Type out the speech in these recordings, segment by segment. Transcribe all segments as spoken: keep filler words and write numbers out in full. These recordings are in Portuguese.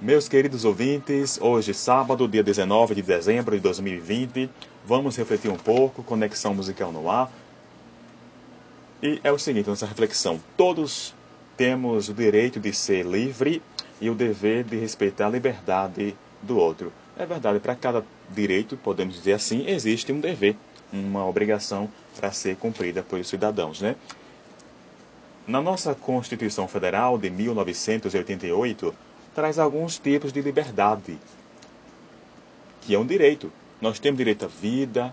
Meus queridos ouvintes, hoje sábado, dia dezenove de dezembro de dois mil e vinte, vamos refletir um pouco, conexão musical no ar. E é o seguinte, nossa reflexão: todos temos o direito de ser livre e o dever de respeitar a liberdade do outro. É verdade, para cada direito, podemos dizer assim, existe um dever, uma obrigação para ser cumprida pelos cidadãos, né? Na nossa Constituição Federal de mil novecentos e oitenta e oito, traz alguns tipos de liberdade, que é um direito. Nós temos direito à vida,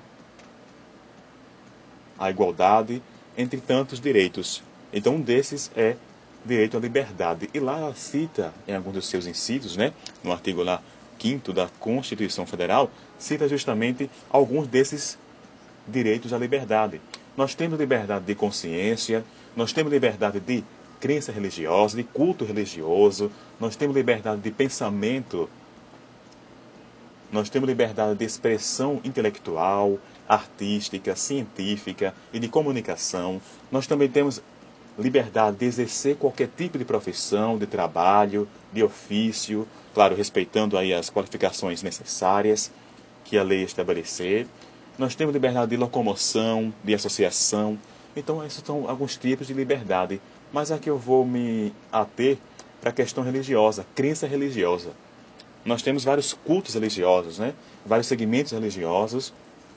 à igualdade, entre tantos direitos. Então, um desses é direito à liberdade. E lá cita, em alguns dos seus incisos, né, no artigo lá quinto da Constituição Federal, cita justamente alguns desses direitos à liberdade. Nós temos liberdade de consciência, nós temos liberdade de crença religiosa, de culto religioso, nós temos liberdade de pensamento, nós temos liberdade de expressão intelectual, artística, científica e de comunicação. Nós também temos liberdade de exercer qualquer tipo de profissão, de trabalho, de ofício, claro, respeitando aí as qualificações necessárias que a lei estabelecer. Nós temos liberdade de locomoção, de associação. Então, esses são alguns tipos de liberdade. Mas aqui eu vou me ater para a questão religiosa, crença religiosa. Nós temos vários cultos religiosos, né? Vários segmentos religiosos.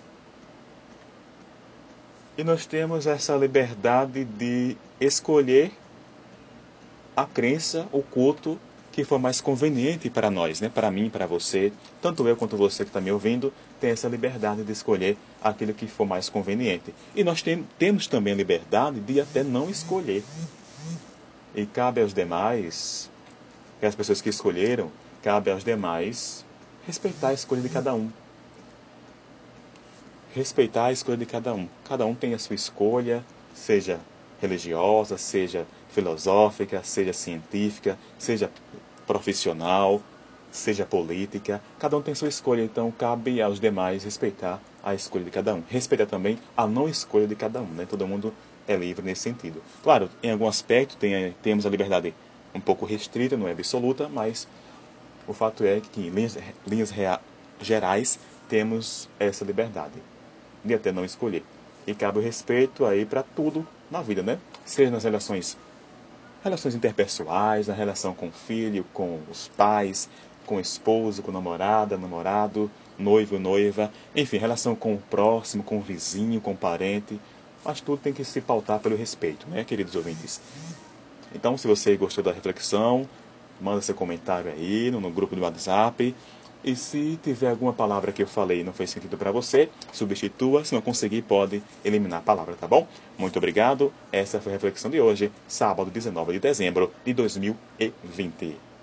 E nós temos essa liberdade de escolher a crença, o culto que for mais conveniente para nós, né? Para mim, para você. Tanto eu quanto você que está me ouvindo, tem essa liberdade de escolher aquilo que for mais conveniente. E nós tem, temos também a liberdade de até não escolher. E cabe aos demais, que as pessoas que escolheram, cabe aos demais respeitar a escolha de cada um. Respeitar a escolha de cada um. Cada um tem a sua escolha, seja religiosa, seja filosófica, seja científica, seja profissional, seja política. Cada um tem sua escolha, então cabe aos demais respeitar a escolha de cada um. Respeitar também a não escolha de cada um, né? Todo mundo é livre nesse sentido. Claro, em algum aspecto tem, temos a liberdade um pouco restrita, não é absoluta, mas o fato é que em linhas, linhas rea, gerais temos essa liberdade de até não escolher. E cabe o respeito aí para tudo na vida, né? Seja nas relações, relações interpessoais, na relação com o filho, com os pais, com o esposo, com a namorada, namorado, noivo, noiva, enfim, relação com o próximo, com o vizinho, com o parente. Mas tudo tem que se pautar pelo respeito, né, queridos ouvintes? Então, se você gostou da reflexão, manda seu comentário aí no, no grupo do WhatsApp. E se tiver alguma palavra que eu falei e não fez sentido para você, substitua. Se não conseguir, pode eliminar a palavra, tá bom? Muito obrigado. Essa foi a reflexão de hoje, sábado, dezenove de dezembro de dois mil e vinte.